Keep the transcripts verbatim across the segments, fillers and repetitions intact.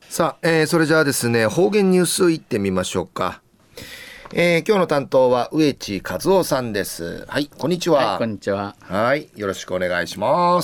さあ、えー、それじゃあですね、方言ニュースいってみましょうか。えー、今日の担当は植地和夫さんです。はい、こんにちは。 はい、こんにちは。 はい、よろしくお願いします。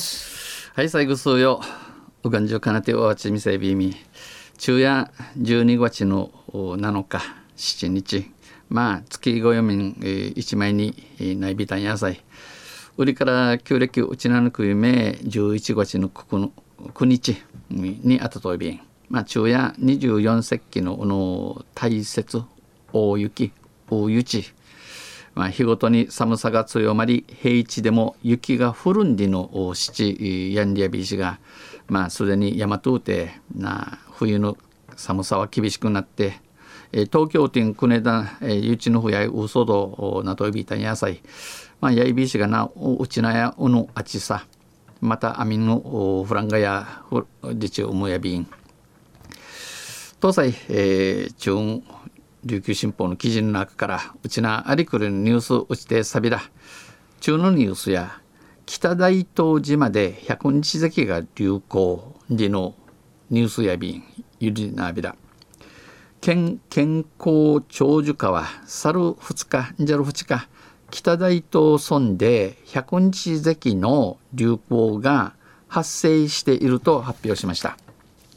はい、最後数よ。うがんじゅうかなておわちみせびみ。昼夜じゅうにがつのなのか、しちにち。まあ、月ごよみん、えー、いちまいに、えー、ないびたんやさい。売りから旧暦うちなぬくゆめじゅういちがつのくにちにあたといびん。まあ、昼夜にじゅうよんせっきのの大雪、大雪、大雪。まあ、日ごとに寒さが強まり、平地でも雪が降るんでの七ヤンリアビーシが、まあ、すでに山とうてな冬の寒さは厳しくなって、東京店くねだゆちのふやいうそどなといびいたんやさい、まあ、やいびいしがなうちなやうのあちさ、またアミンのフランガや自治うむやびん東西、えー、中琉球新報の記事の中からうちなありくるニュースうちてさびら中のニュースや北大東島でひゃくにち咳が流行でのニュースやびんゆりなびら健健康長寿化は去るふつかじゃるふつか北大東村でひゃくにち咳の流行が発生していると発表しました。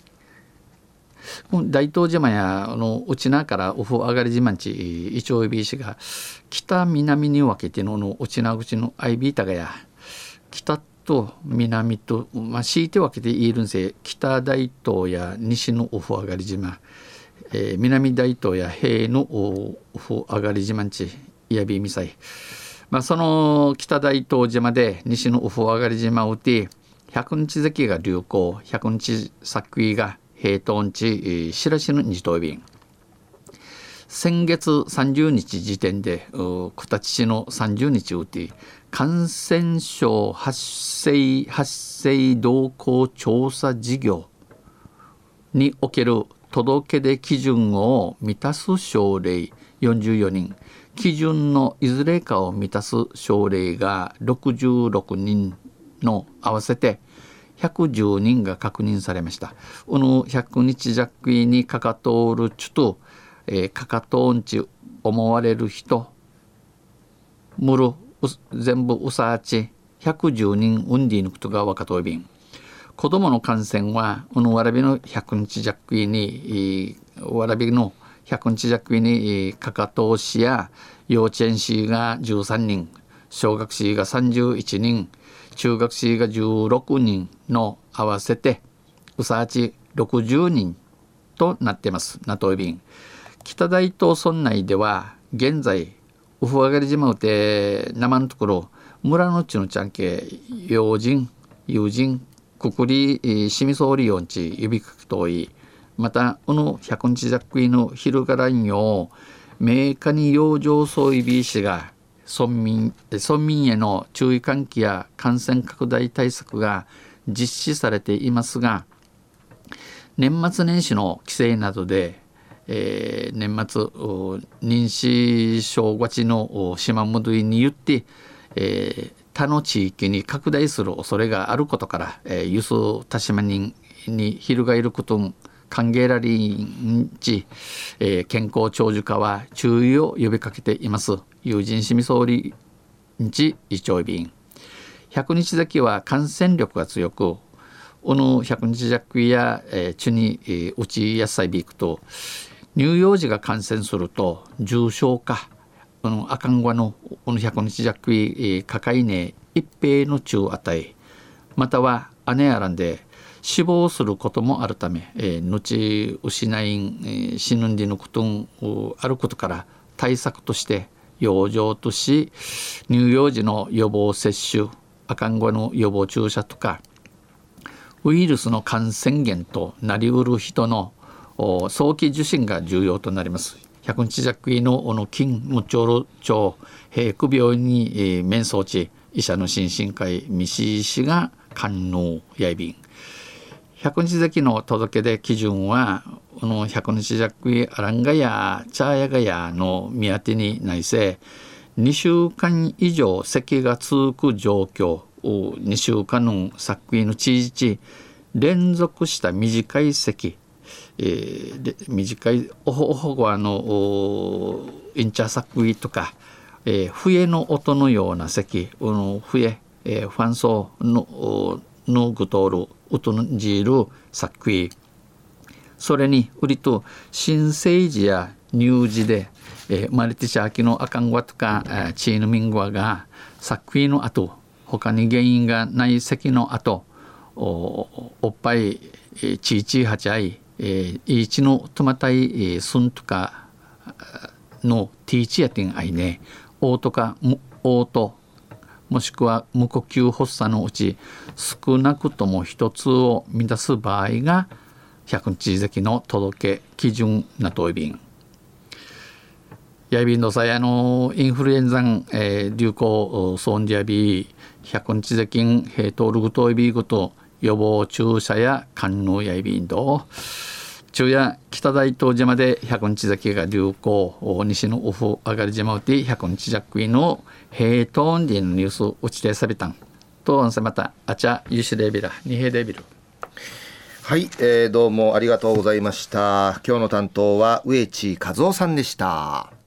大東島やあのうちなからおふ上がり島んちいちょうびいしが北南に分けてののうちな口のアイビータがや北と南と、まあ、強いて分けて言えるんせ北大東や西のおふ上がり島、えー、南大東や平のおふ上がり島んちいやびみさい、まあ、その北大東島で西のおふ上がり島をてひゃくにち咳が流行ひゃくにち作為が平東地しらしの二等便先月さんじゅうにち時点で九立市のさんじゅうにちうて感染症発生発生動向調査事業における届け出基準を満たす症例よんじゅうよにん基準のいずれかを満たす症例がろくじゅうろくにんの合わせてひゃくじゅうにんが確認されました。このひゃくにち弱にかかとおるちと、えー、かかとんち思われる人むる全部うさあちひゃくじゅうにんうんでいぬことがわかといびん。子どもの感染はこのわらびのひゃくにち弱にわらびのひゃくにち弱にかかとしや幼稚園士がじゅうさんにん小学士がさんじゅういちにん中学生がじゅうろくにんの合わせてうさあちろくじゅうにんとなっています。なといびん北大東村内では現在ウフ上がり島うて生のところ村のうちのちゃんけ要人友人くくりしみそうりよんち指かきといまたこのひゃくにち弱の昼がらんよメーカに養生そういびいしが村民、村民への注意喚起や感染拡大対策が実施されていますが年末年始の規制などで、えー、年末認知症がちの島戻りによって、えー、他の地域に拡大する恐れがあることから、えー、輸送多島人に翻ることを歓迎られんち、えー、健康長寿化は注意を呼びかけています。友人しみ総理んちいちょいびんひゃくにち咳は感染力が強くこのひゃくにち弱や、えー、中に、えー、うちやさいびいくと乳幼児が感染すると重症化この赤んごのこのひゃくにち弱、えー、かかいね一平の中値または姉やらんで死亡することもあるため、えー、後失いん、えー、死ぬんでのことがあることから対策として養生とし乳幼児の予防接種赤ん坊の予防注射とかウイルスの感染源となりうる人の早期受診が重要となります。ひゃくにち弱のの金無町町平区病院に、えー、面相地医者の心身科医三石医師が官能やいびんひゃくにち咳の届け出基準はこのひゃくにち弱アランガやチャーヤガヤの見当てに内せにしゅうかん以上咳が続く状況にしゅうかんの作為の地域連続した短い咳えー、で短いおほおほごあのインチャーサクイとか、えー、笛の音のような咳の笛、えー、ファンソーののぐとるうとんじるサクイそれに売りと新生児や乳児で、えー、マリティシャーキのアカンワとか、えー、チーヌミングワがサクイの後他に原因がない咳の後 お, おっぱいちいちはちあいいちのとまたいすんとかのティーチやてんあいねおうとかおうともしくは無呼吸発作のうち少なくとも一つを満たす場合がひゃくにち咳の届け基準なといびんやいびんのさやのインフルエンザン、えー、流行ソンディアビひゃくにち咳んヘトルグトイビーグと予防注射や肝のやいびんど中夜北大東島でひゃくにち咳が流行西のウフ上がり島うてひゃくにち弱のヘトンディのニュース打ちてさびたんとんせまたあちゃゆしレビラにへデビルはい、えー、どうもありがとうございました。今日の担当は植地和夫さんでした。